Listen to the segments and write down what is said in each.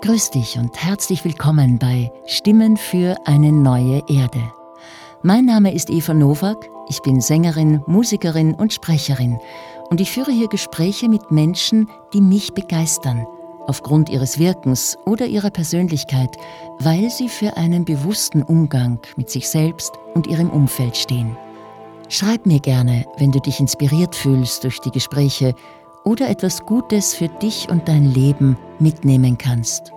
Grüß dich und herzlich willkommen bei Stimmen für eine neue Erde. Mein Name ist Eva Nowak, ich bin Sängerin, Musikerin und Sprecherin und ich führe hier Gespräche mit Menschen, die mich begeistern, aufgrund ihres Wirkens oder ihrer Persönlichkeit, weil sie für einen bewussten Umgang mit sich selbst und ihrem Umfeld stehen. Schreib mir gerne, wenn du dich inspiriert fühlst durch die Gespräche oder etwas Gutes für dich und dein Leben mitnehmen kannst.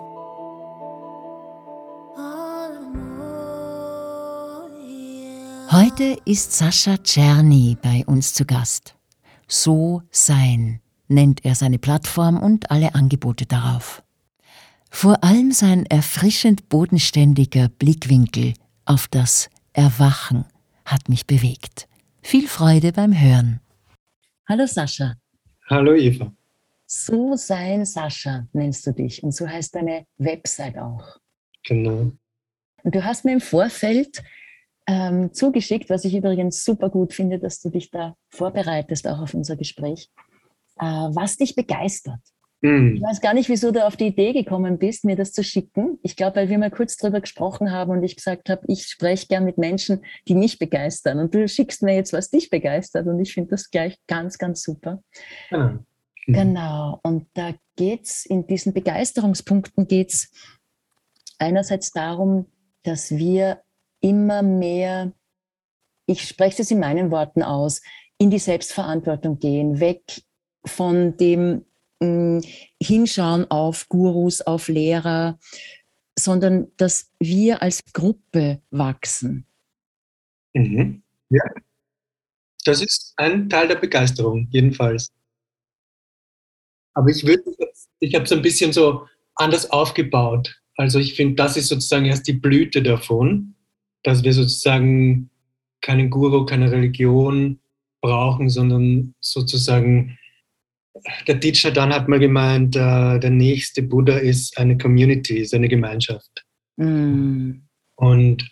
Heute ist Sascha Czerny bei uns zu Gast. So sein nennt er seine Plattform und alle Angebote darauf. Vor allem sein erfrischend bodenständiger Blickwinkel auf das Erwachen hat mich bewegt. Viel Freude beim Hören. Hallo Sascha. Hallo Eva. So sein Sascha nennst du dich und so heißt deine Website auch. Genau. Und du hast mir im Vorfeld zugeschickt, was ich übrigens super gut finde, dass du dich da vorbereitest, auch auf unser Gespräch, was dich begeistert. Ich weiß gar nicht, wieso du auf die Idee gekommen bist, mir das zu schicken. Ich glaube, weil wir mal kurz drüber gesprochen haben und ich gesagt habe, ich spreche gern mit Menschen, die mich begeistern. Und du schickst mir jetzt, was dich begeistert. Und ich finde das gleich ganz, ganz super. Genau. Und da geht's, in diesen Begeisterungspunkten geht's einerseits darum, dass wir immer mehr, ich spreche das in meinen Worten aus, in die Selbstverantwortung gehen, weg von dem Hinschauen auf Gurus, auf Lehrer, sondern dass wir als Gruppe wachsen. Ja, das ist ein Teil der Begeisterung, jedenfalls. Aber ich habe es ein bisschen so anders aufgebaut. Also ich finde, das ist sozusagen erst die Blüte davon, dass wir sozusagen keinen Guru, keine Religion brauchen, sondern sozusagen, der Thich Nhat Hanh hat mal gemeint, der nächste Buddha ist eine Community, ist eine Gemeinschaft. Und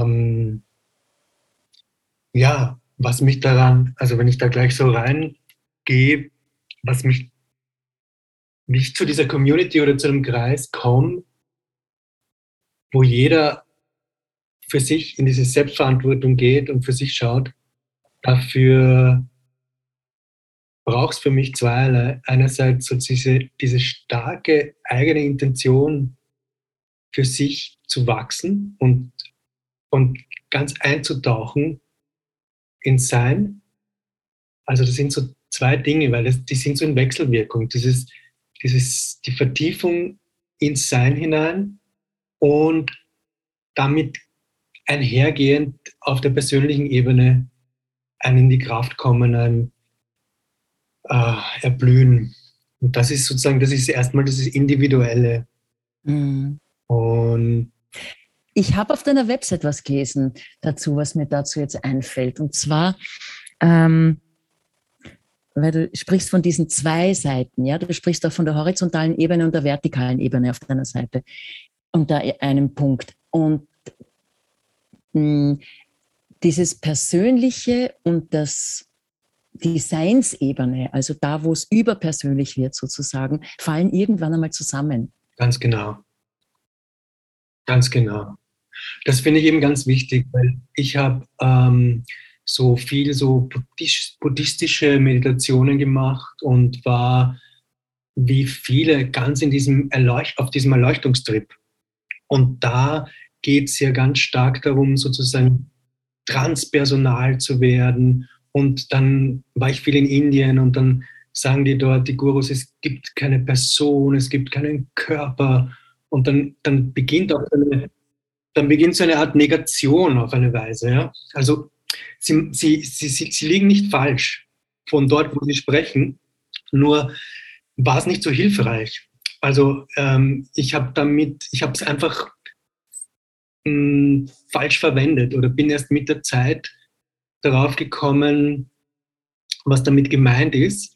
ja, was mich daran, also wenn ich da gleich so reingehe, was mich, wie ich zu dieser Community oder zu einem Kreis komme, wo jeder für sich in diese Selbstverantwortung geht und für sich schaut, dafür braucht es für mich zweierlei. Einerseits so diese starke eigene Intention, für sich zu wachsen und ganz einzutauchen ins Sein. Also das sind so zwei Dinge, weil die sind so in Wechselwirkung. Die Vertiefung ins Sein hinein und damit einhergehend auf der persönlichen Ebene ein in die Kraft kommen, ein Erblühen. Und das ist sozusagen, das ist erstmal das Individuelle. Und ich habe auf deiner Website was gelesen dazu, was mir dazu jetzt einfällt. Und zwar, weil du sprichst von diesen zwei Seiten, ja, du sprichst auch von der horizontalen Ebene und der vertikalen Ebene auf deiner Seite unter einem Punkt. Und dieses Persönliche und die Seinsebene, also da, wo es überpersönlich wird sozusagen, fallen irgendwann einmal zusammen. Ganz genau. Ganz genau. Das finde ich eben ganz wichtig, weil ich habe so viel so buddhistische Meditationen gemacht und war wie viele ganz auf diesem Erleuchtungstrip. Und da geht es ja ganz stark darum, sozusagen transpersonal zu werden. Und dann war ich viel in Indien und dann sagen die dort, die Gurus, es gibt keine Person, es gibt keinen Körper. Und dann beginnt auch so eine Art Negation auf eine Weise. Ja? Also sie liegen nicht falsch von dort, wo sie sprechen, nur war es nicht so hilfreich. Also ich habe es einfach falsch verwendet oder bin erst mit der Zeit darauf gekommen, was damit gemeint ist.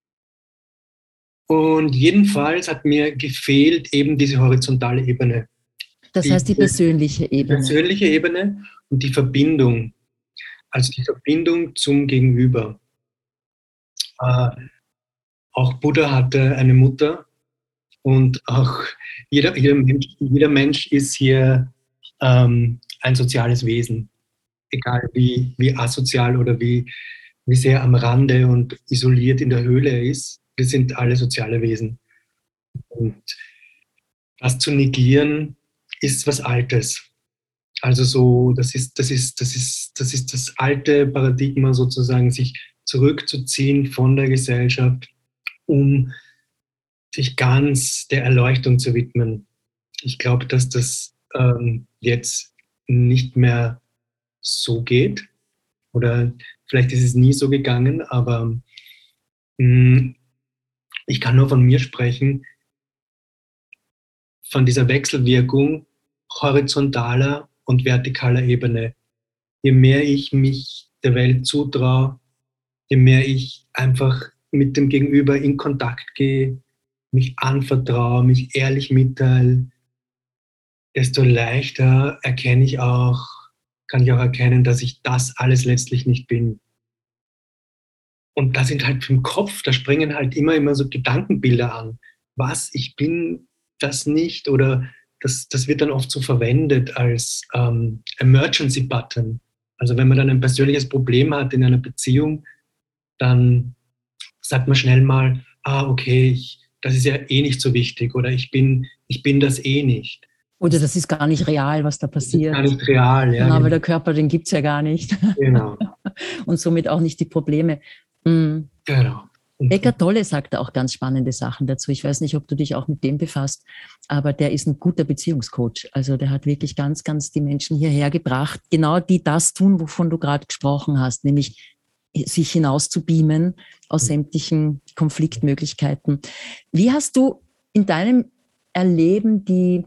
Und jedenfalls hat mir gefehlt eben diese horizontale Ebene. Das heißt die persönliche Ebene. Die persönliche Ebene und die Verbindung, also die Verbindung zum Gegenüber. Auch Buddha hatte eine Mutter Und auch jeder Mensch ist hier ein soziales Wesen, egal wie asozial oder wie sehr am Rande und isoliert in der Höhle er ist. Wir sind alle soziale Wesen. Und das zu negieren ist was Altes. Also so, das ist das alte Paradigma sozusagen, sich zurückzuziehen von der Gesellschaft, um sich ganz der Erleuchtung zu widmen. Ich glaube, dass das jetzt nicht mehr so geht. Oder vielleicht ist es nie so gegangen, aber ich kann nur von mir sprechen, von dieser Wechselwirkung horizontaler und vertikaler Ebene. Je mehr ich mich der Welt zutraue, je mehr ich einfach mit dem Gegenüber in Kontakt gehe, mich anvertraue, mich ehrlich mitteile, desto leichter kann ich auch erkennen, dass ich das alles letztlich nicht bin. Und da sind halt im Kopf, da springen halt immer so Gedankenbilder an. Was, ich bin das nicht? Oder das wird dann oft so verwendet als Emergency Button. Also wenn man dann ein persönliches Problem hat in einer Beziehung, dann sagt man schnell mal, okay, das ist ja eh nicht so wichtig oder ich bin das eh nicht. Oder das ist gar nicht real, was da passiert. Das ist gar nicht real, ja. Genau, weil der Körper, den gibt es ja gar nicht. Genau. Und somit auch nicht die Probleme. Genau. Eckhart Tolle sagt auch ganz spannende Sachen dazu. Ich weiß nicht, ob du dich auch mit dem befasst, aber der ist ein guter Beziehungscoach. Also der hat wirklich ganz die Menschen hierher gebracht, genau die das tun, wovon du gerade gesprochen hast, nämlich sich hinaus zu beamen aus sämtlichen Konfliktmöglichkeiten. Wie hast du in deinem Erleben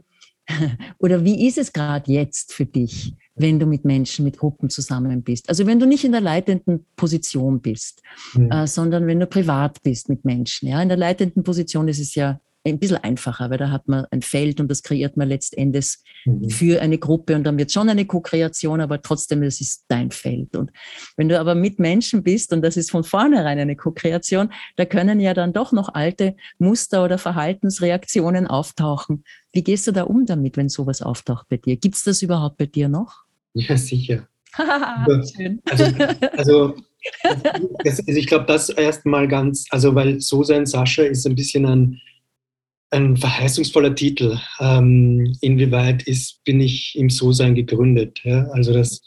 oder wie ist es gerade jetzt für dich, wenn du mit Menschen, mit Gruppen zusammen bist? Also wenn du nicht in der leitenden Position bist, sondern wenn du privat bist mit Menschen. Ja? In der leitenden Position ist es ja ein bisschen einfacher, weil da hat man ein Feld und das kreiert man letztendlich für eine Gruppe und dann wird schon eine Co-Kreation, aber trotzdem, das ist dein Feld. Und wenn du aber mit Menschen bist und das ist von vornherein eine Co-Kreation, da können ja dann doch noch alte Muster oder Verhaltensreaktionen auftauchen. Wie gehst du da um damit, wenn sowas auftaucht bei dir? Gibt es das überhaupt bei dir noch? Ja, sicher. Schön. Also ich glaube, das erstmal weil So sein Sascha ist ein bisschen ein verheißungsvoller Titel. Inwieweit bin ich im So-Sein gegründet? Ja? Also das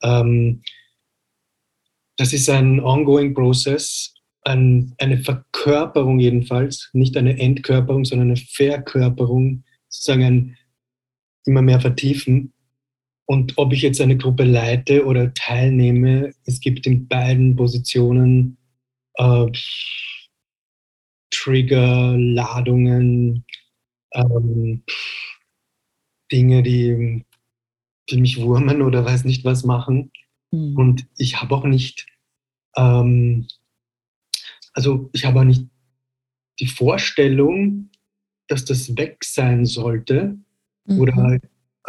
ist ein ongoing Process, eine Verkörperung jedenfalls, nicht eine Entkörperung, sondern eine Verkörperung, sozusagen immer mehr vertiefen. Und ob ich jetzt eine Gruppe leite oder teilnehme, es gibt in beiden Positionen Trigger, Ladungen, Dinge, die mich wurmen oder weiß nicht was machen. Und ich habe auch nicht, ich habe auch nicht die Vorstellung, dass das weg sein sollte oder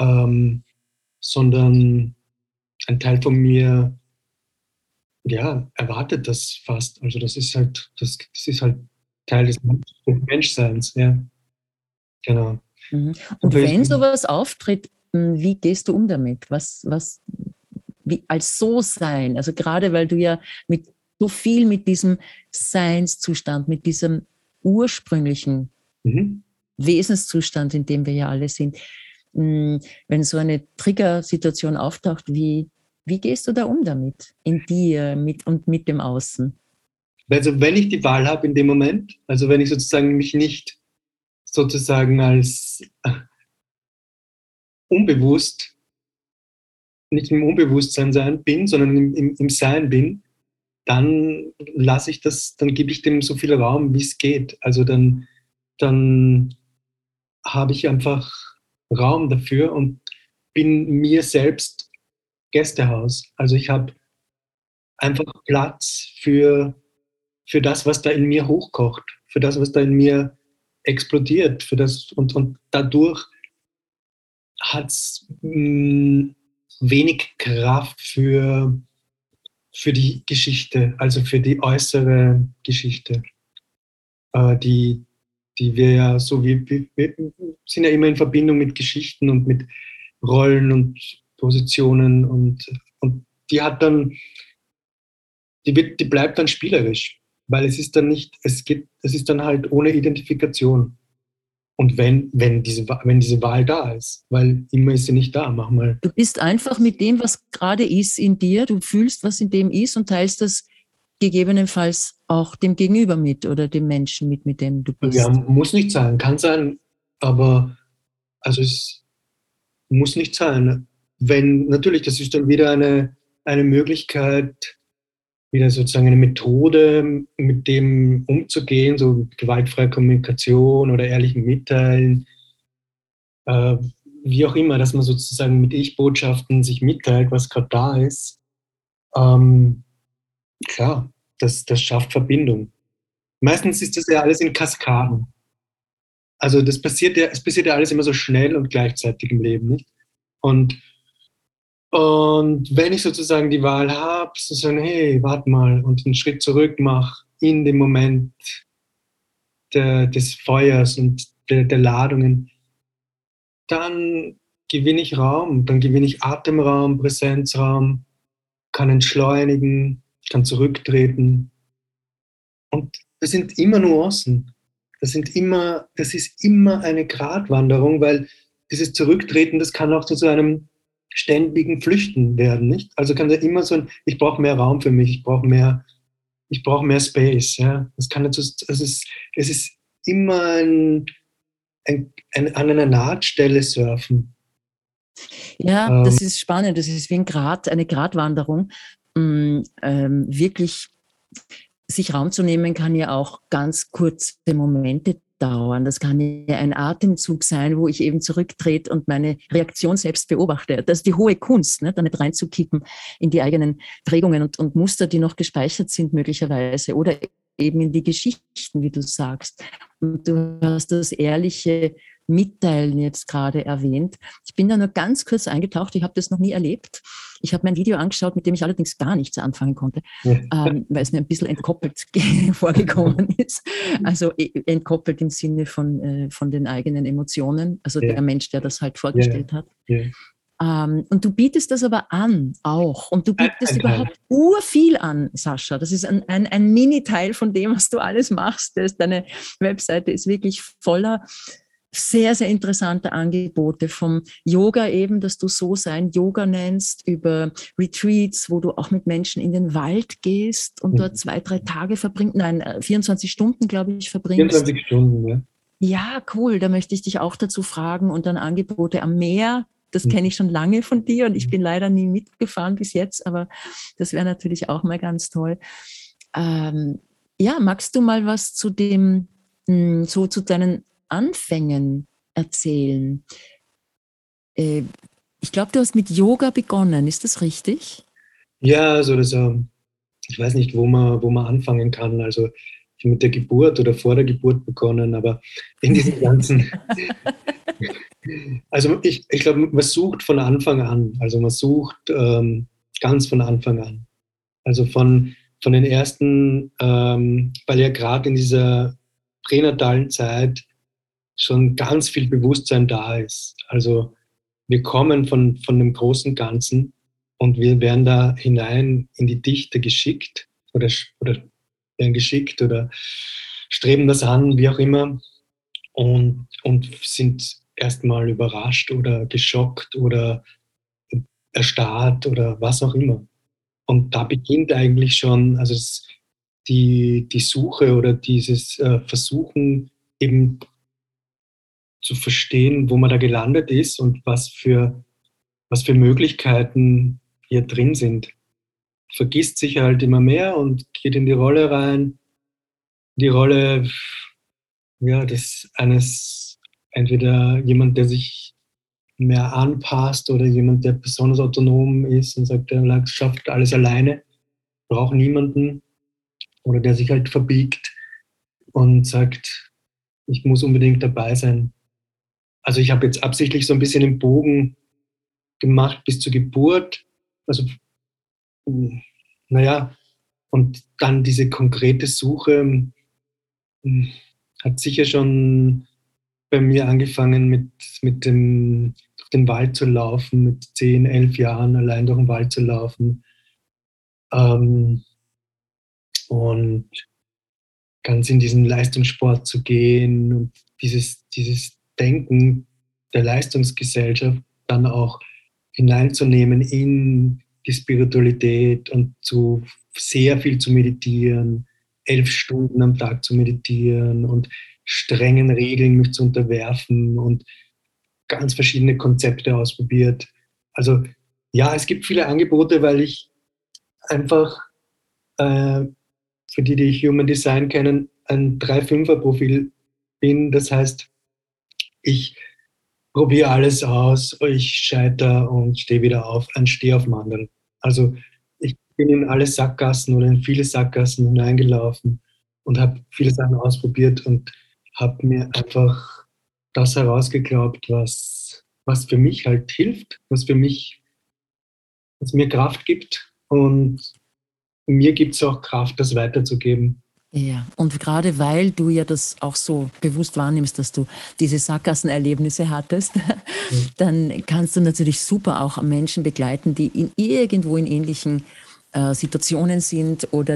sondern ein Teil von mir erwartet das fast. Also das ist halt Teil des Menschseins, ja. Genau. Und wenn sowas auftritt, wie gehst du um damit? Wie als So-Sein? Also gerade weil du ja so viel mit diesem Seinszustand, mit diesem ursprünglichen Wesenszustand, in dem wir ja alle sind, wenn so eine Triggersituation auftaucht, wie gehst du da um damit? In dir und mit dem Außen? Also wenn ich die Wahl habe in dem Moment, also wenn ich sozusagen mich nicht sozusagen als nicht im Unbewusstsein bin, sondern im Sein bin, dann gebe ich dem so viel Raum, wie es geht. Also dann habe ich einfach Raum dafür und bin mir selbst Gästehaus. Also ich habe einfach Platz für das, was da in mir hochkocht, für das, was da in mir explodiert, und dadurch hat es wenig Kraft für die Geschichte, also für die äußere Geschichte, die die wir ja so wir sind ja immer in Verbindung mit Geschichten und mit Rollen und Positionen und die hat dann, die bleibt dann spielerisch, weil es ist dann nicht, es ist dann halt ohne Identifikation. Und wenn diese Wahl da ist, weil immer ist sie nicht da, mach mal. Du bist einfach mit dem, was gerade ist in dir, du fühlst, was in dem ist und teilst das gegebenenfalls auch dem Gegenüber mit oder dem Menschen mit dem du bist. Ja, muss nicht sein, kann sein, aber also es muss nicht sein. Wenn, natürlich, das ist dann wieder eine Möglichkeit, wieder sozusagen eine Methode, mit dem umzugehen, so gewaltfreie Kommunikation oder ehrlichen Mitteilen, äh, wie auch immer, dass man sozusagen mit Ich-Botschaften sich mitteilt, was gerade da ist. Ähm, klar, das schafft Verbindung. Meistens ist das ja alles in Kaskaden. Also es passiert ja alles immer so schnell und gleichzeitig im Leben, nicht? Und, und wenn ich sozusagen die Wahl habe, zu sagen, hey, warte mal, und einen Schritt zurück mache in dem Moment des Feuers und der Ladungen, dann gewinne ich Raum, dann gewinne ich Atemraum, Präsenzraum, kann entschleunigen, kann zurücktreten. Und das sind immer Nuancen. Das ist immer eine Gratwanderung, weil dieses Zurücktreten, das kann auch zu einem ständigen Flüchten werden, nicht? Also kann da immer so ich brauche mehr Raum für mich, ich brauche mehr Space, ja. Das kann dazu, es ist immer an einer Nahtstelle surfen. Ja, das ist spannend. Das ist wie eine Gratwanderung. Wirklich sich Raum zu nehmen, kann ja auch ganz kurze Momente dauern. Das kann ja ein Atemzug sein, wo ich eben zurücktrete und meine Reaktion selbst beobachte. Das ist die hohe Kunst, ne? Da nicht reinzukippen in die eigenen Prägungen und Muster, die noch gespeichert sind möglicherweise oder eben in die Geschichten, wie du sagst. Und du hast das ehrliche Mitteilen jetzt gerade erwähnt. Ich bin da nur ganz kurz eingetaucht, ich habe das noch nie erlebt. Ich habe mir ein Video angeschaut, mit dem ich allerdings gar nichts anfangen konnte, weil es mir ein bisschen entkoppelt vorgekommen ist. Also entkoppelt im Sinne von den eigenen Emotionen, also der Mensch, der das halt vorgestellt hat. Und du bietest das aber an auch. Und du bietest überhaupt urviel an, Sascha. Das ist ein Mini-Teil von dem, was du alles machst. Deine Webseite ist wirklich voller sehr, sehr interessante Angebote vom Yoga eben, dass du so sein Yoga nennst, über Retreats, wo du auch mit Menschen in den Wald gehst und dort 2-3 Tage 24 Stunden, glaube ich, verbringst. 24 Stunden, ja. Ja, cool. Da möchte ich dich auch dazu fragen und dann Angebote am Meer. Das kenne ich schon lange von dir und ich bin leider nie mitgefahren bis jetzt, aber das wäre natürlich auch mal ganz toll. Ja, magst du mal was zu zu deinen Anfängen erzählen? Ich glaube, du hast mit Yoga begonnen, ist das richtig? Ja, also ich weiß nicht, wo man anfangen kann. Also ich habe mit der Geburt oder vor der Geburt begonnen, aber in diesen ganzen... Also ich glaube, man sucht von Anfang an. Also man sucht ganz von Anfang an. Also von den ersten, weil ja gerade in dieser pränatalen Zeit schon ganz viel Bewusstsein da ist. Also wir kommen von dem großen Ganzen und wir werden da hinein in die Dichte geschickt oder werden geschickt oder streben das an, wie auch immer, und sind erstmal überrascht oder geschockt oder erstarrt oder was auch immer. Und da beginnt eigentlich schon also die Suche oder dieses Versuchen, eben zu verstehen, wo man da gelandet ist und was für Möglichkeiten hier drin sind. Vergisst sich halt immer mehr und geht in die Rolle rein. Die Rolle, ja, entweder jemand, der sich mehr anpasst oder jemand, der besonders autonom ist und sagt, er schafft alles alleine, braucht niemanden, oder der sich halt verbiegt und sagt, ich muss unbedingt dabei sein. Also ich habe jetzt absichtlich so ein bisschen den Bogen gemacht bis zur Geburt. Also, naja, und dann diese konkrete Suche, hat sicher schon bei mir angefangen mit dem, durch den Wald zu laufen, mit 10, 11 Jahren allein durch den Wald zu laufen. Ähm, und ganz in diesen Leistungssport zu gehen und dieses Denken der Leistungsgesellschaft dann auch hineinzunehmen in die Spiritualität und sehr viel zu meditieren, 11 Stunden am Tag zu meditieren und strengen Regeln mich zu unterwerfen und ganz verschiedene Konzepte ausprobiert. Also ja, es gibt viele Angebote, weil ich einfach äh, für die, die Human Design kennen, ein 3-5er-Profil bin. Das heißt, ich probiere alles aus, ich scheitere und stehe wieder auf, ein Steh auf dem anderen. Also ich bin in alle Sackgassen oder in viele Sackgassen hineingelaufen und habe viele Sachen ausprobiert und habe mir einfach das herausgeglaubt, was für mich halt hilft, was mir Kraft gibt. Und mir gibt es auch Kraft, das weiterzugeben. Ja, und gerade weil du ja das auch so bewusst wahrnimmst, dass du diese Sackgassenerlebnisse hattest, dann kannst du natürlich super auch Menschen begleiten, die irgendwo in ähnlichen Situationen sind oder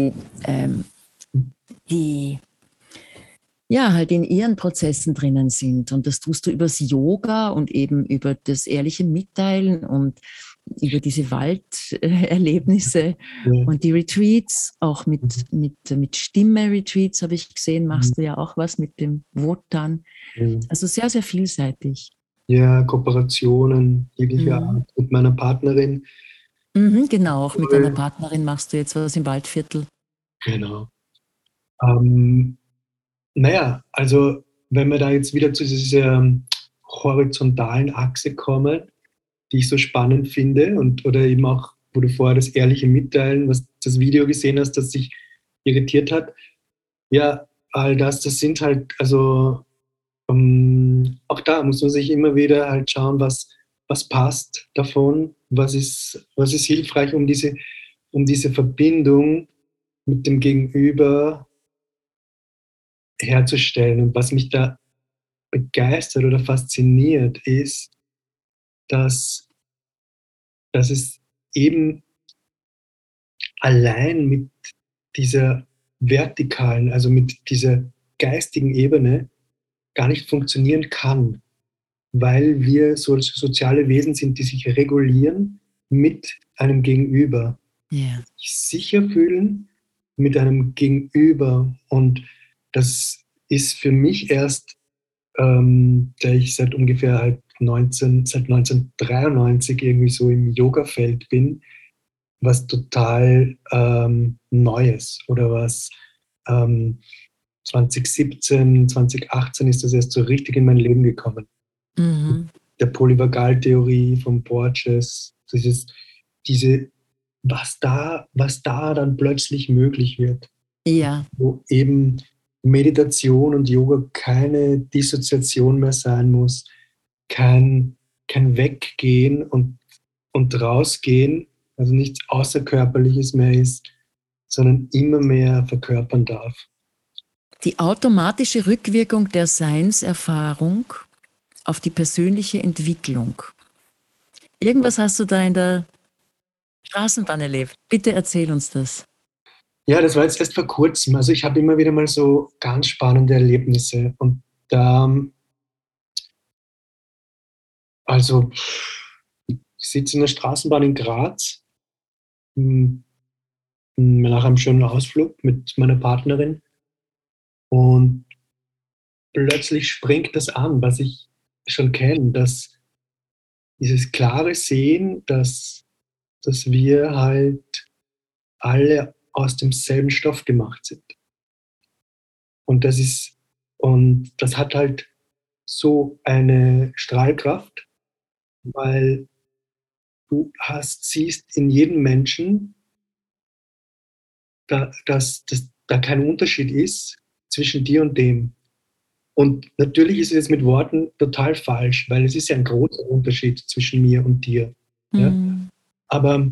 die ja halt in ihren Prozessen drinnen sind. Und das tust du übers Yoga und eben über das ehrliche Mitteilen und über diese Walderlebnisse Ja. und die Retreats, auch mit Stimme-Retreats habe ich gesehen, machst du ja auch was mit dem Wotan. Also sehr, sehr vielseitig. Ja, Kooperationen jeglicher Art mit meiner Partnerin. Genau, auch mit deiner Partnerin machst du jetzt was im Waldviertel. Genau. Naja, also wenn wir da jetzt wieder zu dieser horizontalen Achse kommen, die ich so spannend finde oder eben auch, wo du vorher das ehrliche Mitteilen, was das Video gesehen hast, das sich irritiert hat. Ja, all das sind halt, also auch da muss man sich immer wieder halt schauen, was passt davon, was ist hilfreich, um diese Verbindung mit dem Gegenüber herzustellen. Und was mich da begeistert oder fasziniert, ist, dass, dass es eben allein mit dieser vertikalen, also mit dieser geistigen Ebene gar nicht funktionieren kann, weil wir soziale Wesen sind, die sich regulieren mit einem Gegenüber, Yeah. sich sicher fühlen mit einem Gegenüber. Und das ist für mich erst, da ich seit ungefähr halt seit 1993 irgendwie so im Yoga-Feld bin, was total Neues oder was 2017, 2018 ist das erst so richtig in mein Leben gekommen. Der Polyvagaltheorie von Borges, was da dann plötzlich möglich wird. Ja. Wo eben Meditation und Yoga keine Dissoziation mehr sein muss, kein Weggehen und rausgehen, also nichts Außerkörperliches mehr ist, sondern immer mehr verkörpern darf. Die automatische Rückwirkung der Seinserfahrung auf die persönliche Entwicklung. Irgendwas hast du da in der Straßenbahn erlebt. Bitte erzähl uns das. Ja, das war jetzt erst vor kurzem. Also ich habe immer wieder mal so ganz spannende Erlebnisse. Und da, also ich sitze in der Straßenbahn in Graz nach einem schönen Ausflug mit meiner Partnerin und plötzlich springt das an, was ich schon kenne, dass dieses klare Sehen, dass wir halt alle aus demselben Stoff gemacht sind. Und das hat halt so eine Strahlkraft, weil siehst in jedem Menschen, dass da kein Unterschied ist zwischen dir und dem. Und natürlich ist es jetzt mit Worten total falsch, weil es ist ja ein großer Unterschied zwischen mir und dir. Ja? Aber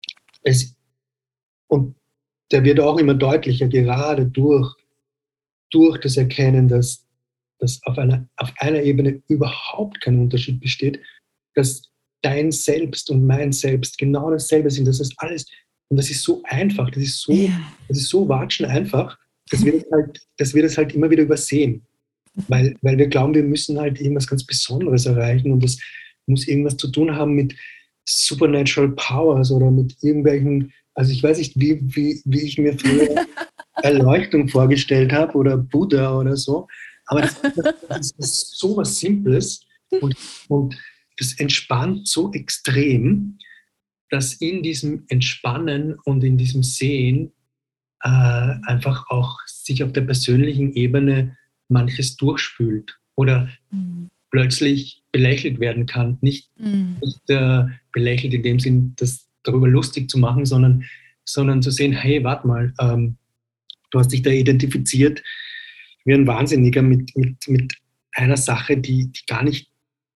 und der wird auch immer deutlicher, gerade durch durch das Erkennen, dass auf einer Ebene überhaupt kein Unterschied besteht, dass dein Selbst und mein Selbst genau dasselbe sind. Das ist alles, und das ist so einfach, das ist so watschen einfach, dass wir das halt immer wieder übersehen. Weil wir glauben, wir müssen halt irgendwas ganz Besonderes erreichen und das muss irgendwas zu tun haben mit Supernatural Powers oder mit irgendwelchen, also ich weiß nicht, wie ich mir früher Erleuchtung vorgestellt habe oder Buddha oder so, aber das ist so was Simples und das entspannt so extrem, dass in diesem Entspannen und in diesem Sehen einfach auch sich auf der persönlichen Ebene manches durchspült oder plötzlich belächelt werden kann. Nicht belächelt in dem Sinn, das darüber lustig zu machen, sondern zu sehen, hey, warte mal, du hast dich da identifiziert wie ein Wahnsinniger mit einer Sache, die gar nicht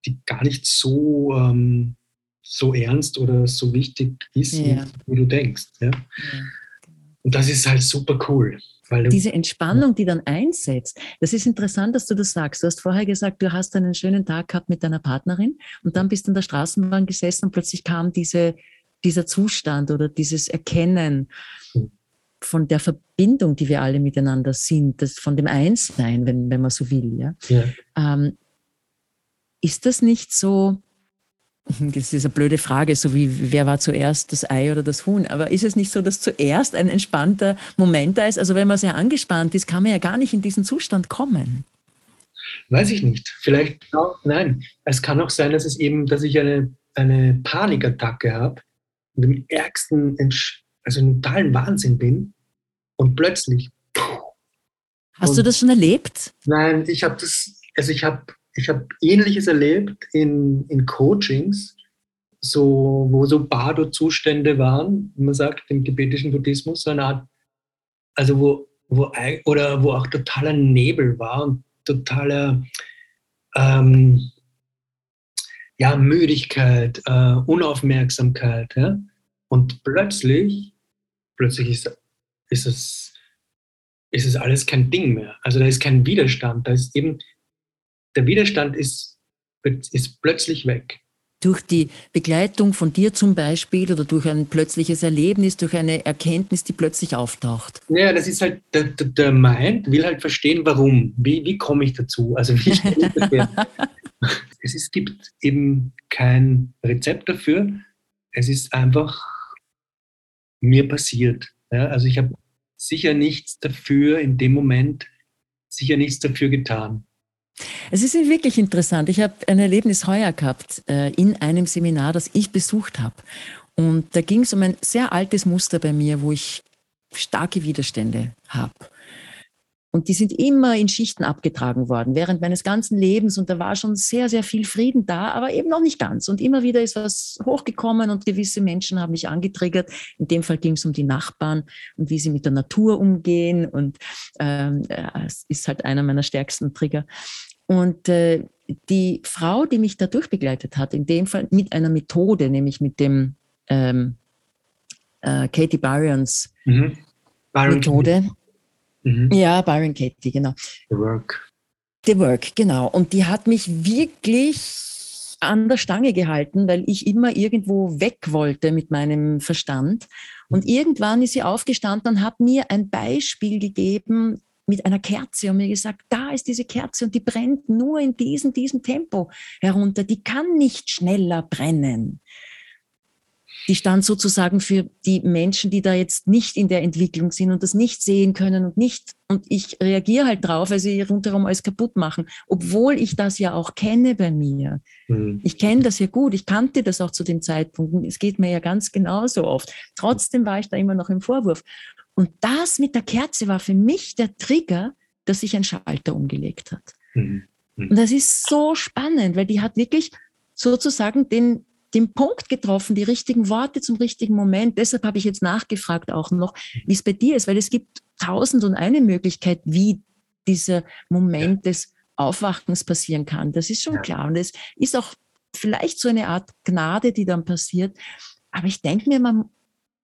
so, so ernst oder so wichtig ist, wie du denkst. Ja? Und das ist halt super cool. Diese Entspannung, die dann einsetzt, das ist interessant, dass du das sagst. Du hast vorher gesagt, du hast einen schönen Tag gehabt mit deiner Partnerin und dann bist du in der Straßenbahn gesessen und plötzlich kam dieser Zustand oder dieses Erkennen von der Verbindung, die wir alle miteinander sind, von dem Einssein, wenn man so will. Ja? Ist das nicht so, das ist eine blöde Frage, so wie, wer war zuerst, das Ei oder das Huhn? Aber ist es nicht so, dass zuerst ein entspannter Moment da ist? Also wenn man sehr angespannt ist, kann man ja gar nicht in diesen Zustand kommen. Weiß ich nicht. Vielleicht auch, nein. Es kann auch sein, dass ich eine Panikattacke habe und im ärgsten, also im totalen Wahnsinn bin und plötzlich. Hast du das schon erlebt? Nein, ich habe Ähnliches erlebt in Coachings, wo so Bardo-Zustände waren, wie man sagt, im tibetischen Buddhismus, so eine Art, also wo auch totaler Nebel war und totaler Müdigkeit, Unaufmerksamkeit. Ja? Und plötzlich ist es alles kein Ding mehr. Also da ist kein Widerstand, da ist eben der Widerstand ist plötzlich weg. Durch die Begleitung von dir zum Beispiel oder durch ein plötzliches Erlebnis, durch eine Erkenntnis, die plötzlich auftaucht. Ja, das ist halt, der Mind will halt verstehen, warum. Wie komme ich dazu? Also wie stelle ich das her? Es gibt eben kein Rezept dafür. Es ist einfach mir passiert. Ja, also ich habe sicher nichts dafür in dem Moment, sicher nichts dafür getan. Es ist wirklich interessant. Ich habe ein Erlebnis heuer gehabt in einem Seminar, das ich besucht habe. Und da ging es um ein sehr altes Muster bei mir, wo ich starke Widerstände habe. Und die sind immer in Schichten abgetragen worden während meines ganzen Lebens. Und da war schon sehr, sehr viel Frieden da, aber eben noch nicht ganz. Und immer wieder ist was hochgekommen und gewisse Menschen haben mich angetriggert. In dem Fall ging es um die Nachbarn und wie sie mit der Natur umgehen. Und es ist halt einer meiner stärksten Trigger. Und die Frau, die mich da durchbegleitet hat, in dem Fall mit einer Methode, nämlich mit dem Katie Byron's Methode. Ja, Byron Katie, genau. The Work, genau. Und die hat mich wirklich an der Stange gehalten, weil ich immer irgendwo weg wollte mit meinem Verstand. Und irgendwann ist sie aufgestanden und hat mir ein Beispiel gegeben mit einer Kerze und mir gesagt, da ist diese Kerze und die brennt nur in diesem Tempo herunter. Die kann nicht schneller brennen. Die stand sozusagen für die Menschen, die da jetzt nicht in der Entwicklung sind und das nicht sehen können und ich reagiere halt drauf, weil sie rundherum alles kaputt machen, obwohl ich das ja auch kenne bei mir. Ich kenne das ja gut, ich kannte das auch zu dem Zeitpunkt. Es geht mir ja ganz genauso oft. Trotzdem war ich da immer noch im Vorwurf. Und das mit der Kerze war für mich der Trigger, dass sich ein Schalter umgelegt hat. Und das ist so spannend, weil die hat wirklich sozusagen den Punkt getroffen, die richtigen Worte zum richtigen Moment. Deshalb habe ich jetzt nachgefragt auch noch, wie es bei dir ist, weil es gibt 1001 Möglichkeit, wie dieser Moment des Aufwachens passieren kann. Das ist schon klar. Und es ist auch vielleicht so eine Art Gnade, die dann passiert. Aber ich denke mir,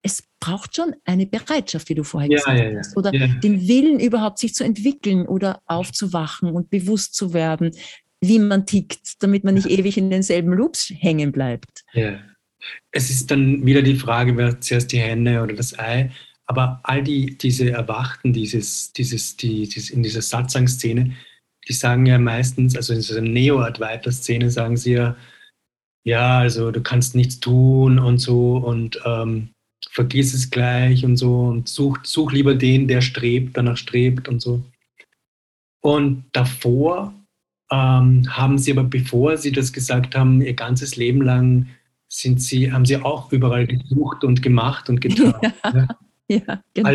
es braucht schon eine Bereitschaft, wie du vorher Ja, gesagt ja, hast, oder ja. den Willen überhaupt, sich zu entwickeln oder aufzuwachen und bewusst zu werden, wie man tickt, damit man nicht ewig in denselben Loops hängen bleibt. Ja. Es ist dann wieder die Frage, wer zuerst die Henne oder das Ei. Aber all diese Erwachten, die in dieser Satsang-Szene, die sagen ja meistens, also in dieser Neo-Advaita-Szene sagen sie ja, ja, also du kannst nichts tun und so und vergiss es gleich und so und such lieber den, der danach strebt und so. Und davor haben sie aber, bevor sie das gesagt haben, ihr ganzes Leben lang haben sie auch überall gesucht und gemacht und getan. Ja, Ne? ja, genau.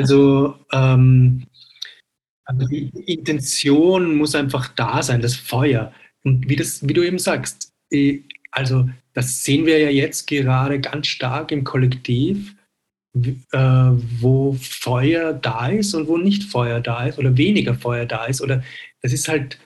Also die Intention muss einfach da sein, das Feuer. Und wie du eben sagst, also das sehen wir ja jetzt gerade ganz stark im Kollektiv, wo Feuer da ist und wo nicht Feuer da ist oder weniger Feuer da ist. Oder das ist halt,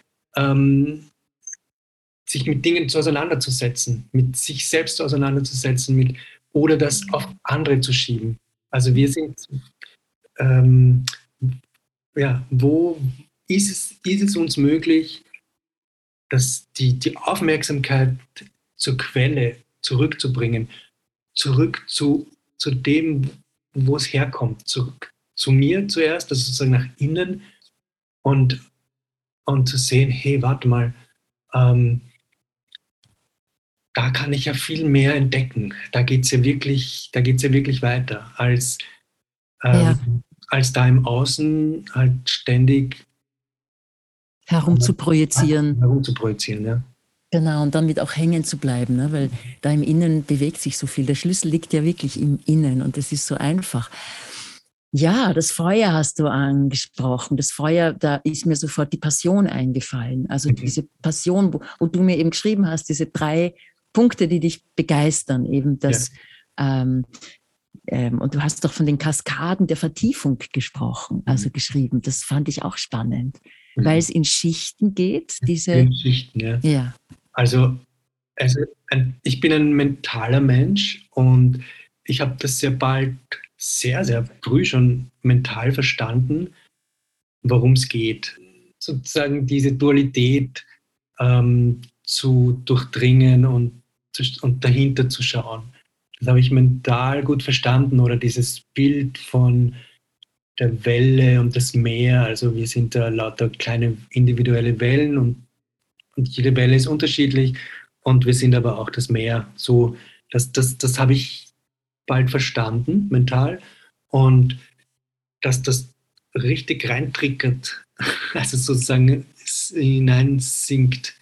sich mit Dingen auseinanderzusetzen, mit sich selbst auseinanderzusetzen, oder das auf andere zu schieben. Also wir sind, ähm, ja, wo ist es uns möglich, dass die Aufmerksamkeit zur Quelle zurückzubringen, zurück zu dem, wo es herkommt, zurück zu mir zuerst, also sozusagen nach innen und zu sehen, hey, warte mal, da kann ich ja viel mehr entdecken. Da geht es ja wirklich weiter, Ja, als da im Außen halt ständig herum zu projizieren. herumzuprojizieren. Ja. Genau, und damit auch hängen zu bleiben, ne? Weil da im Innen bewegt sich so viel. Der Schlüssel liegt ja wirklich im Innen und es ist so einfach. Ja, das Feuer hast du angesprochen. Das Feuer, da ist mir sofort die Passion eingefallen. Also diese Passion, wo du mir eben geschrieben hast, diese 3 Punkte, die dich begeistern, eben das, und du hast doch von den Kaskaden der Vertiefung gesprochen, also geschrieben. Das fand ich auch spannend, weil es in Schichten geht, In Schichten, ja. Ja. Also ich bin ein mentaler Mensch und ich habe das sehr bald, sehr, sehr früh schon mental verstanden, worum es geht. Sozusagen diese Dualität zu durchdringen und dahinter zu schauen. Das habe ich mental gut verstanden, oder dieses Bild von der Welle und das Meer. Also wir sind da lauter kleine individuelle Wellen und jede Welle ist unterschiedlich und wir sind aber auch das Meer. So, das habe ich bald verstanden, mental. Und dass das richtig reintriggert, also sozusagen hineinsinkt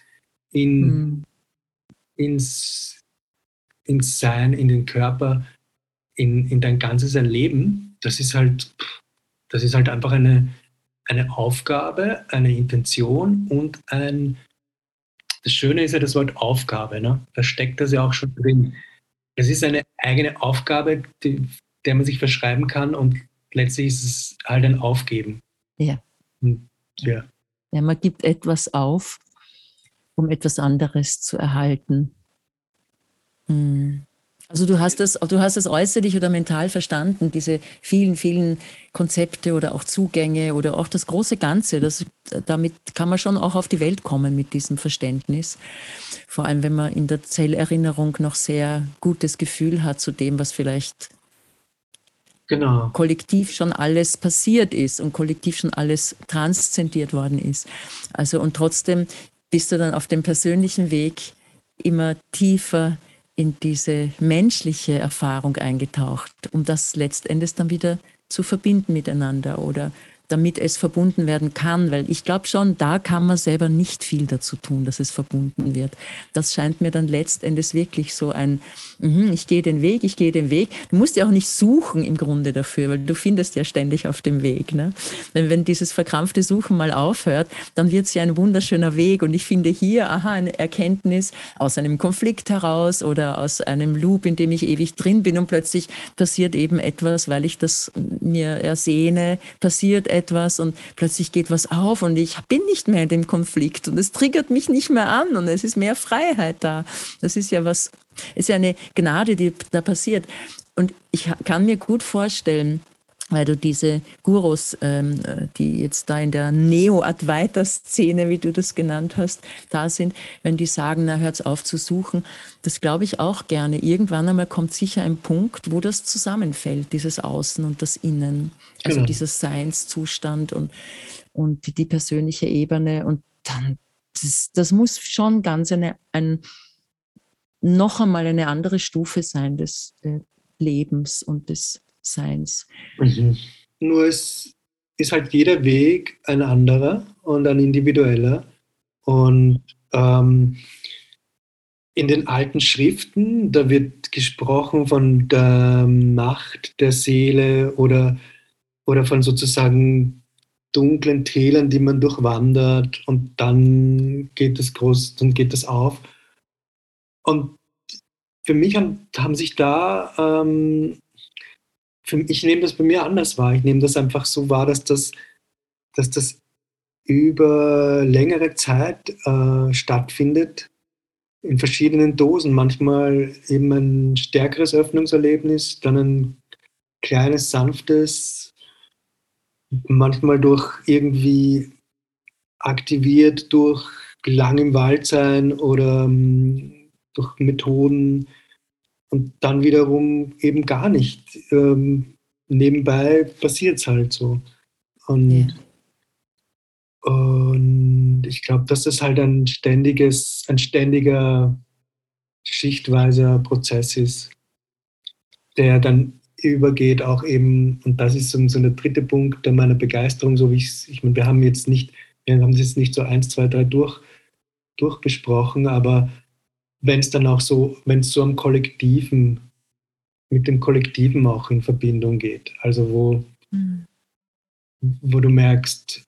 ins Sein, in den Körper, in dein ganzes Erleben, das ist halt einfach eine Aufgabe, eine Intention und das Schöne ist ja das Wort Aufgabe, ne? Da steckt das ja auch schon drin. Es ist eine eigene Aufgabe, der man sich verschreiben kann, und letztlich ist es halt ein Aufgeben. Ja. Und, ja. Ja, man gibt etwas auf, um etwas anderes zu erhalten. Also du hast es äußerlich oder mental verstanden, diese vielen, vielen Konzepte oder auch Zugänge oder auch das große Ganze. Damit kann man schon auch auf die Welt kommen mit diesem Verständnis. Vor allem, wenn man in der Zellerinnerung noch sehr gutes Gefühl hat zu dem, was vielleicht kollektiv schon alles passiert ist und kollektiv schon alles transzendiert worden ist. Also und trotzdem bist du dann auf dem persönlichen Weg immer tiefer in diese menschliche Erfahrung eingetaucht, um das letztendlich dann wieder zu verbinden miteinander oder damit es verbunden werden kann, weil ich glaube schon, da kann man selber nicht viel dazu tun, dass es verbunden wird. Das scheint mir dann letztendlich wirklich so ein, ich gehe den Weg. Du musst ja auch nicht suchen im Grunde dafür, weil du findest ja ständig auf dem Weg. Ne? Wenn dieses verkrampfte Suchen mal aufhört, dann wird es ja ein wunderschöner Weg und ich finde hier, eine Erkenntnis aus einem Konflikt heraus oder aus einem Loop, in dem ich ewig drin bin und plötzlich passiert eben etwas, weil ich das mir ersehne, passiert etwas und plötzlich geht was auf und ich bin nicht mehr in dem Konflikt und es triggert mich nicht mehr an und es ist mehr Freiheit da. Das ist ja eine Gnade, die da passiert. Und ich kann mir gut vorstellen, weil du diese Gurus, die jetzt da in der Neo-Advaita-Szene, wie du das genannt hast, da sind, wenn die sagen, na, hört's auf zu suchen, das glaube ich auch gerne. Irgendwann einmal kommt sicher ein Punkt, wo das zusammenfällt, dieses Außen und das Innen, also Genau. dieser Seinszustand und die persönliche Ebene. Und dann, das muss schon ganz noch einmal eine andere Stufe sein des Lebens und des Seins. Mhm. Nur es ist halt jeder Weg ein anderer und ein individueller. Und in den alten Schriften, da wird gesprochen von der Macht der Seele oder von sozusagen dunklen Tälern, die man durchwandert und dann geht das auf. Und für mich haben sich da, ich nehme das bei mir anders wahr. Ich nehme das einfach so wahr, dass das über längere Zeit stattfindet, in verschiedenen Dosen. Manchmal eben ein stärkeres Öffnungserlebnis, dann ein kleines, sanftes, manchmal durch irgendwie aktiviert durch lang im Wald sein oder durch Methoden und dann wiederum eben gar nicht. Nebenbei passiert es halt so. Ja. Und ich glaube, dass das halt ein ständiger, schichtweiser Prozess ist, der dann übergeht auch eben, und das ist so der dritte Punkt meiner Begeisterung, so wie ich meine, wir haben das jetzt nicht so eins, zwei, drei durchbesprochen, aber wenn es so mit dem Kollektiven auch in Verbindung geht, also wo du merkst,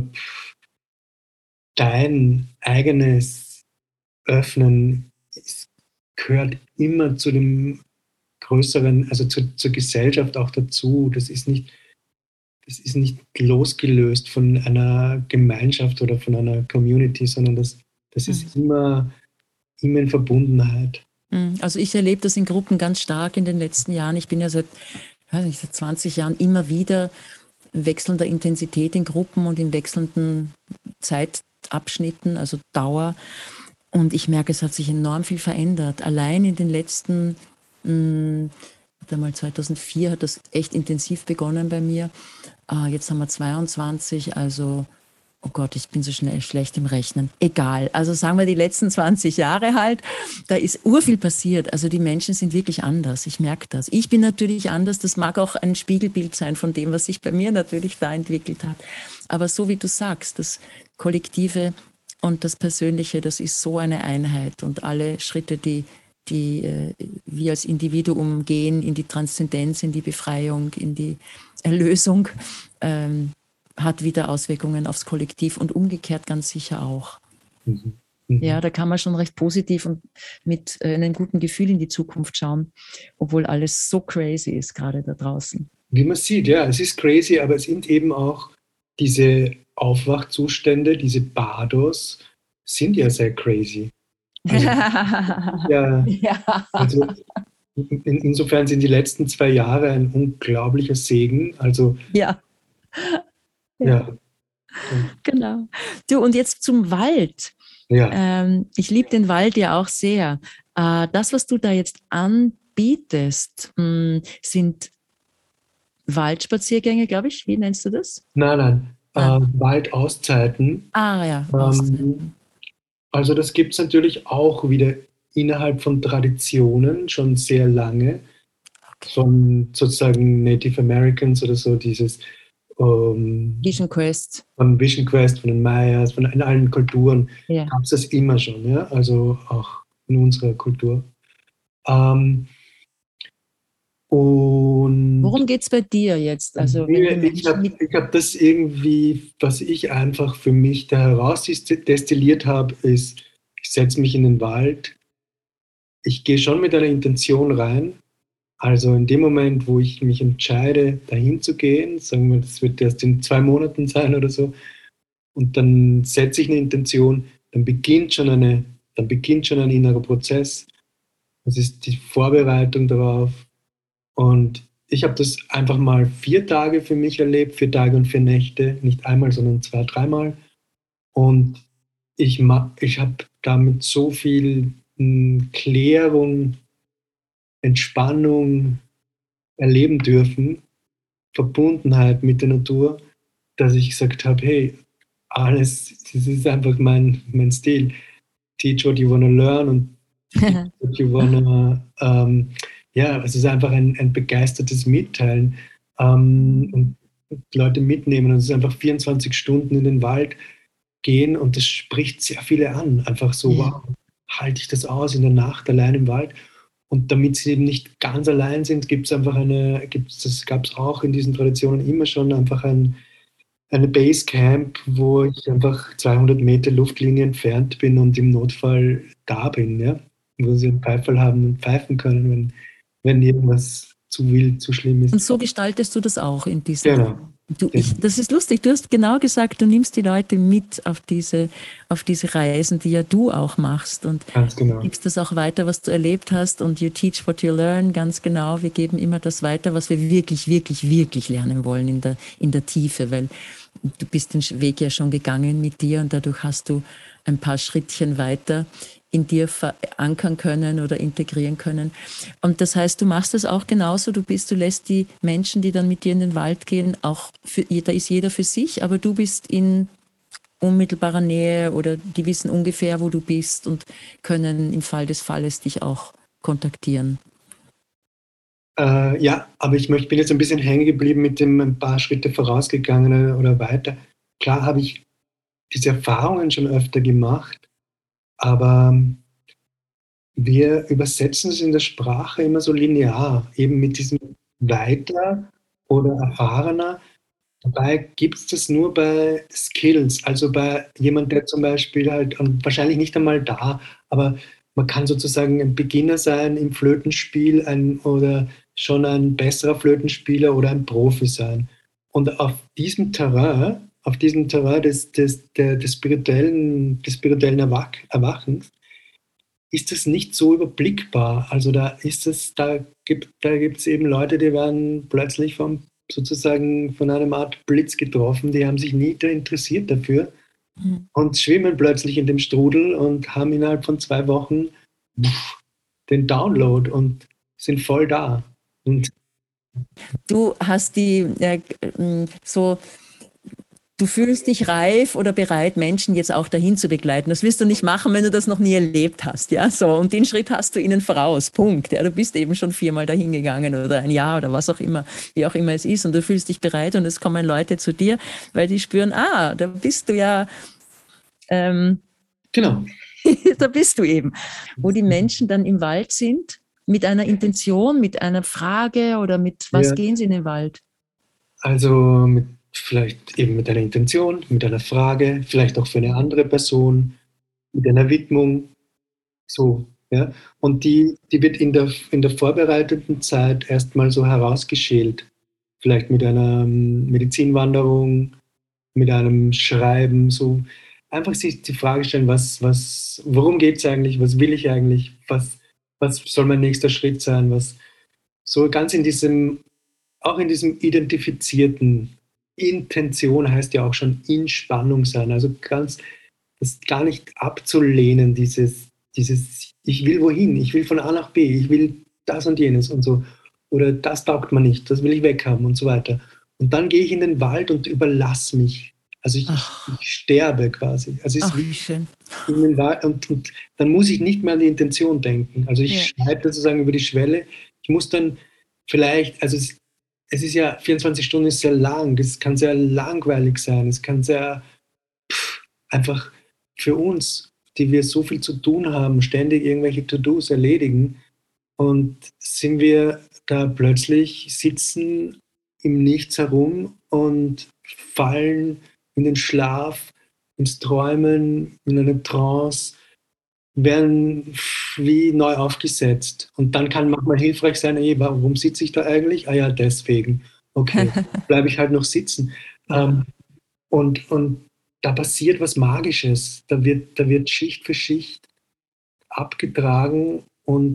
dein eigenes Öffnen gehört immer zu dem größeren, also zur Gesellschaft auch dazu. Das ist nicht losgelöst von einer Gemeinschaft oder von einer Community, sondern das ist immer in Verbundenheit. Also ich erlebe das in Gruppen ganz stark in den letzten Jahren. Ich bin ja seit 20 Jahren immer wieder wechselnder Intensität in Gruppen und in wechselnden Zeitabschnitten, also Dauer. Und ich merke, es hat sich enorm viel verändert. Allein in den letzten, mal 2004 hat das echt intensiv begonnen bei mir. Jetzt haben wir 22, also oh Gott, ich bin so schlecht im Rechnen. Egal. Also sagen wir die letzten 20 Jahre halt. Da ist urviel passiert. Also die Menschen sind wirklich anders. Ich merke das. Ich bin natürlich anders. Das mag auch ein Spiegelbild sein von dem, was sich bei mir natürlich da entwickelt hat. Aber so wie du sagst, das Kollektive und das Persönliche, das ist so eine Einheit. Und alle Schritte, die wir als Individuum gehen, in die Transzendenz, in die Befreiung, in die Erlösung, hat wieder Auswirkungen aufs Kollektiv und umgekehrt ganz sicher auch. Mhm. Ja, da kann man schon recht positiv und mit einem guten Gefühl in die Zukunft schauen, obwohl alles so crazy ist gerade da draußen. Wie man sieht, ja, es ist crazy, aber es sind eben auch diese Aufwachzustände, diese Bardos, sind ja sehr crazy. Also, also insofern sind die letzten 2 Jahre ein unglaublicher Segen. Also ja. Genau. Du, und jetzt zum Wald. Ja. Ich liebe den Wald ja auch sehr. Das, was du da jetzt anbietest, sind Waldspaziergänge, glaube ich. Wie nennst du das? Nein. Waldauszeiten. Ja. Auszeiten. Also das gibt es natürlich auch wieder innerhalb von Traditionen schon sehr lange. Von sozusagen Native Americans oder so, dieses Vision Quest. Von Vision Quest, von den Mayas, in allen Kulturen gab es das immer schon, ja? Also auch in unserer Kultur. Und worum geht es bei dir jetzt? Also, ich hab das irgendwie, was ich einfach für mich da herausdestilliert habe, ist, ich setze mich in den Wald, ich gehe schon mit einer Intention rein. Also in dem Moment, wo ich mich entscheide, dahin zu gehen, sagen wir, das wird erst in 2 Monaten sein oder so, und dann setze ich eine Intention, dann beginnt schon ein innerer Prozess. Das ist die Vorbereitung darauf, Und ich habe das einfach mal 4 Tage für mich erlebt, 4 Tage und 4 Nächte, nicht einmal, sondern 2, dreimal. Und ich habe damit so viel Klärung, Entspannung erleben dürfen, Verbundenheit mit der Natur, dass ich gesagt habe, hey, alles, das ist einfach mein Stil. Teach what you wanna learn und teach what you wanna, ja, es ist einfach ein begeistertes Mitteilen und Leute mitnehmen. Und es ist einfach 24 Stunden in den Wald gehen und das spricht sehr viele an. Einfach so, wow, halte ich das aus in der Nacht allein im Wald? Und damit sie eben nicht ganz allein sind, das gab es auch in diesen Traditionen immer schon einfach eine Basecamp, wo ich einfach 200 Meter Luftlinie entfernt bin und im Notfall da bin, ja? Wo sie einen Pfeiferl haben und pfeifen können, wenn irgendwas zu wild, zu schlimm ist. Und so gestaltest du das auch in diesen. Genau. Das ist lustig, du hast genau gesagt, du nimmst die Leute mit auf diese Reisen, die ja du auch machst und ganz genau. gibst das auch weiter, was du erlebt hast und you teach what you learn, ganz genau. Wir geben immer das weiter, was wir wirklich, wirklich, wirklich lernen wollen in der Tiefe, weil du bist den Weg ja schon gegangen mit dir und dadurch hast du ein paar Schrittchen weiter in dir verankern können oder integrieren können. Und das heißt, du machst das auch genauso, du lässt die Menschen, die dann mit dir in den Wald gehen, da ist jeder für sich, aber du bist in unmittelbarer Nähe oder die wissen ungefähr, wo du bist und können im Fall des Falles dich auch kontaktieren. Ja, aber bin jetzt ein bisschen hängen geblieben mit dem ein paar Schritte vorausgegangen oder weiter. Klar habe ich diese Erfahrungen schon öfter gemacht, aber wir übersetzen es in der Sprache immer so linear, eben mit diesem weiter oder erfahrener. Dabei gibt es das nur bei Skills, also bei jemand, der zum Beispiel halt, und wahrscheinlich nicht einmal da, aber man kann sozusagen ein Beginner sein im Flötenspiel oder schon ein besserer Flötenspieler oder ein Profi sein. Und auf diesem Terrain des spirituellen Erwachens, ist es nicht so überblickbar. Also da gibt es eben Leute, die werden plötzlich sozusagen von einer Art Blitz getroffen, die haben sich nie interessiert dafür und schwimmen plötzlich in dem Strudel und haben innerhalb von 2 Wochen den Download und sind voll da. Und Du hast du fühlst dich reif oder bereit, Menschen jetzt auch dahin zu begleiten. Das wirst du nicht machen, wenn du das noch nie erlebt hast, ja, so. Und den Schritt hast du ihnen voraus, Punkt. Ja, du bist eben schon 4-mal dahin gegangen oder ein Jahr oder was auch immer, wie auch immer es ist. Und du fühlst dich bereit und es kommen Leute zu dir, weil die spüren, da bist du ja, genau. da bist du eben. Wo die Menschen dann im Wald sind, mit einer Intention, mit einer Frage oder mit was gehen sie in den Wald? Also vielleicht eben mit einer Intention, mit einer Frage, vielleicht auch für eine andere Person, mit einer Widmung, so, ja. Und die wird in der vorbereitenden Zeit erstmal so herausgeschält. Vielleicht mit einer Medizinwanderung, mit einem Schreiben, so einfach sich die Frage stellen, worum geht es eigentlich, was will ich eigentlich, was soll mein nächster Schritt sein, so ganz auch in diesem identifizierten, Intention heißt ja auch schon in Spannung sein, also ganz, das gar nicht abzulehnen, dieses, ich will wohin, ich will von A nach B, ich will das und jenes und so, oder das taugt man nicht, das will ich weghaben und so weiter. Und dann gehe ich in den Wald und überlasse mich. Also ich sterbe quasi. Also es ist wie schön. in den Wald und dann muss ich nicht mehr an die Intention denken. Also ich schreibe sozusagen über die Schwelle. Ich muss dann vielleicht, also es ist ja, 24 Stunden ist sehr lang, es kann sehr langweilig sein, es kann sehr einfach für uns, die wir so viel zu tun haben, ständig irgendwelche To-Dos erledigen und sind wir da plötzlich sitzen im Nichts herum und fallen in den Schlaf, ins Träumen, in eine Trance, werden wie neu aufgesetzt. Und dann kann manchmal hilfreich sein, warum sitze ich da eigentlich? Ah ja, deswegen. Okay, bleibe ich halt noch sitzen. Und da passiert was Magisches. Da wird Schicht für Schicht abgetragen und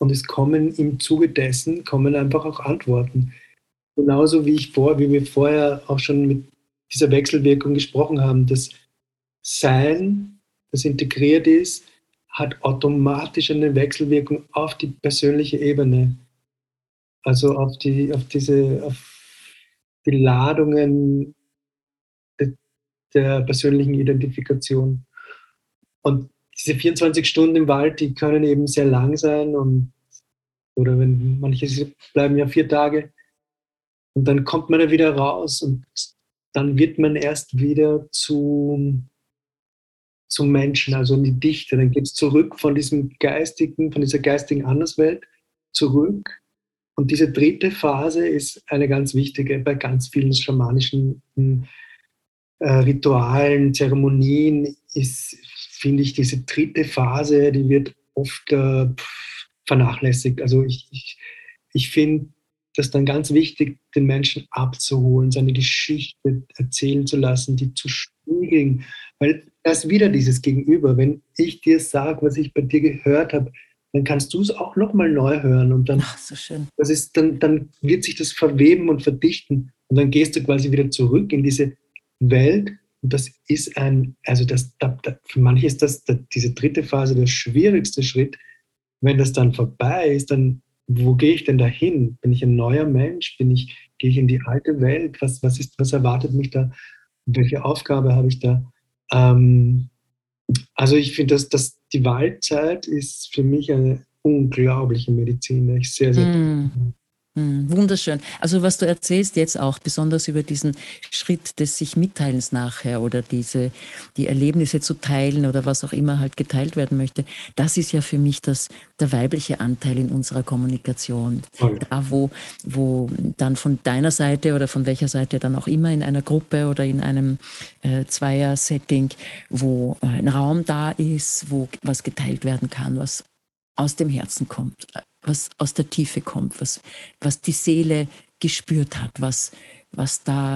und es kommen im Zuge dessen, kommen einfach auch Antworten. Genauso wie wir vorher auch schon mit dieser Wechselwirkung gesprochen haben, das Sein, das integriert ist, hat automatisch eine Wechselwirkung auf die persönliche Ebene, also auf die Ladungen der persönlichen Identifikation. Und diese 24 Stunden im Wald, die können eben sehr lang sein oder wenn manche bleiben ja 4 Tage und dann kommt man da wieder raus und dann wird man erst wieder zum Menschen, also in die Dichte. Dann geht es zurück von dieser geistigen Anderswelt zurück. Und diese dritte Phase ist eine ganz wichtige bei ganz vielen schamanischen Ritualen, Zeremonien ist, finde ich, diese dritte Phase, die wird oft vernachlässigt. Also ich finde das dann ganz wichtig, den Menschen abzuholen, seine Geschichte erzählen zu lassen, die zu spiegeln. Weil da ist wieder dieses Gegenüber. Wenn ich dir sage, was ich bei dir gehört habe, dann kannst du es auch nochmal neu hören. Und dann, ach, so schön. dann wird sich das verweben und verdichten. Und dann gehst du quasi wieder zurück in diese Welt. Und das ist für manche ist diese dritte Phase der schwierigste Schritt. Wenn das dann vorbei ist, dann, wo gehe ich denn da hin? Bin ich ein neuer Mensch? Gehe ich in die alte Welt? Was erwartet mich da? Welche Aufgabe habe ich da? Also ich finde, dass die Waldzeit ist für mich eine unglaubliche Medizin. Ich sehr, sehr Wunderschön. Also was du erzählst jetzt auch, besonders über diesen Schritt des sich Mitteilens nachher oder die Erlebnisse zu teilen oder was auch immer halt geteilt werden möchte, das ist ja für mich der weibliche Anteil in unserer Kommunikation. toll. Da, wo dann von deiner Seite oder von welcher Seite dann auch immer in einer Gruppe oder in einem Zweier-Setting, wo ein Raum da ist, wo was geteilt werden kann, was aus dem Herzen kommt, was aus der Tiefe kommt, was die Seele gespürt hat, was da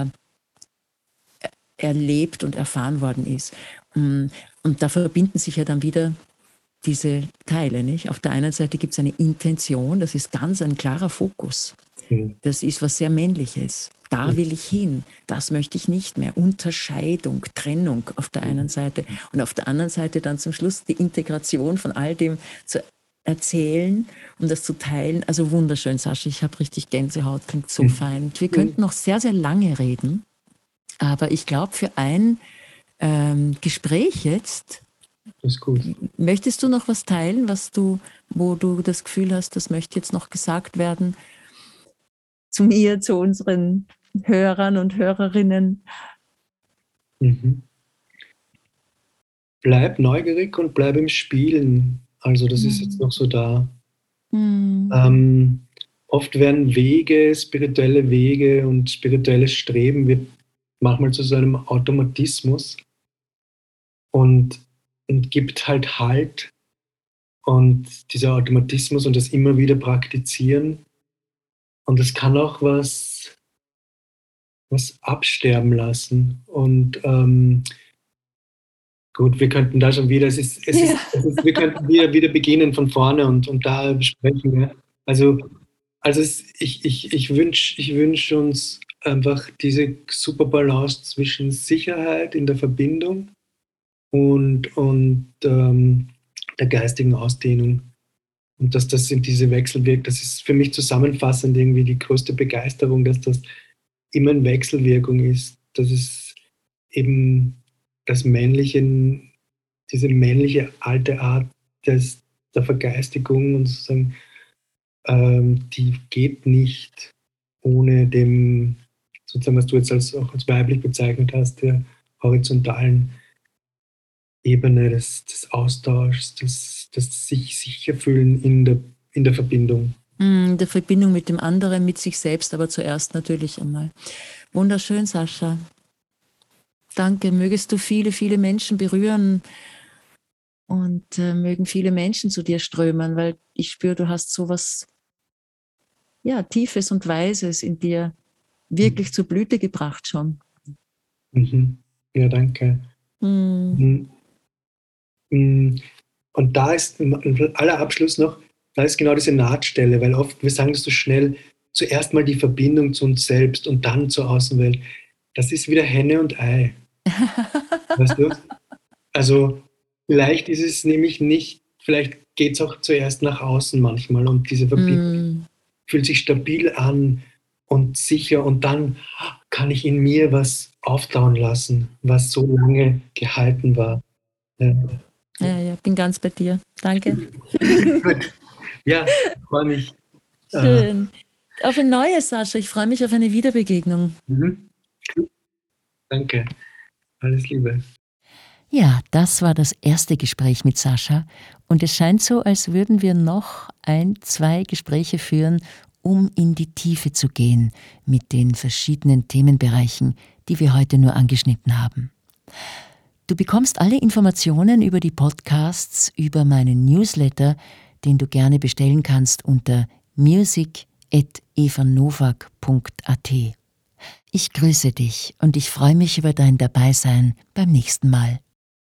erlebt und erfahren worden ist. Und da verbinden sich ja dann wieder diese Teile, nicht? Auf der einen Seite gibt es eine Intention, das ist ganz ein klarer Fokus. Das ist was sehr Männliches. Da will ich hin, das möchte ich nicht mehr. Unterscheidung, Trennung auf der einen Seite und auf der anderen Seite dann zum Schluss die Integration von all dem zu erzählen und das zu teilen. Also wunderschön, Sascha, ich habe richtig Gänsehaut, klingt so fein. Wir könnten noch sehr, sehr lange reden, aber ich glaube, für ein Gespräch jetzt, das ist gut. Möchtest du noch was teilen, wo du das Gefühl hast, das möchte jetzt noch gesagt werden? Zu mir, zu unseren Hörern und Hörerinnen? Bleib neugierig und bleib im Spielen. Also das ist jetzt noch so da. Oft werden spirituelle Wege und spirituelles Streben wird manchmal zu so einem Automatismus und gibt Halt. Und dieser Automatismus und das immer wieder praktizieren. Und das kann auch was absterben lassen. Und gut, wir könnten da schon wieder, wir könnten wieder beginnen von vorne und da besprechen. Ja. Also ich wünsch uns einfach diese super Balance zwischen Sicherheit in der Verbindung und der geistigen Ausdehnung. Und dass das in diese Wechsel wirkt, das ist für mich zusammenfassend irgendwie die größte Begeisterung, dass das immer in Wechselwirkung ist, dass es eben diese männliche alte Art der Vergeistigung und sozusagen, die geht nicht ohne dem, sozusagen, was du jetzt auch als weiblich bezeichnet hast, der horizontalen Ebene des Austauschs, des sich sicher fühlen in der Verbindung. Der Verbindung mit dem anderen, mit sich selbst, aber zuerst natürlich einmal. Wunderschön, Sascha. Danke, mögest du viele, viele Menschen berühren und mögen viele Menschen zu dir strömen, weil ich spüre, du hast so was Tiefes und Weises in dir wirklich zur Blüte gebracht schon. Ja, danke. Und da ist im aller Abschluss noch, da ist genau diese Nahtstelle, weil oft, wir sagen das so schnell, zuerst mal die Verbindung zu uns selbst und dann zur Außenwelt. Das ist wieder Henne und Ei. Weißt du? Also vielleicht ist es nämlich nicht, vielleicht geht es auch zuerst nach außen manchmal und diese Verbindung fühlt sich stabil an und sicher und dann kann ich in mir was auftauen lassen, was so lange gehalten war. Ja, bin ganz bei dir. Danke. Gut. Ja, freue mich. Schön. Auf ein neues, Sascha. Ich freue mich auf eine Wiederbegegnung. Danke. Alles Liebe. Ja, das war das erste Gespräch mit Sascha und es scheint so, als würden wir noch 1, 2 Gespräche führen, um in die Tiefe zu gehen mit den verschiedenen Themenbereichen, die wir heute nur angeschnitten haben. Du bekommst alle Informationen über die Podcasts über meinen Newsletter, den du gerne bestellen kannst unter music@evanowak.at. Ich grüße dich und ich freue mich über dein Dabeisein beim nächsten Mal.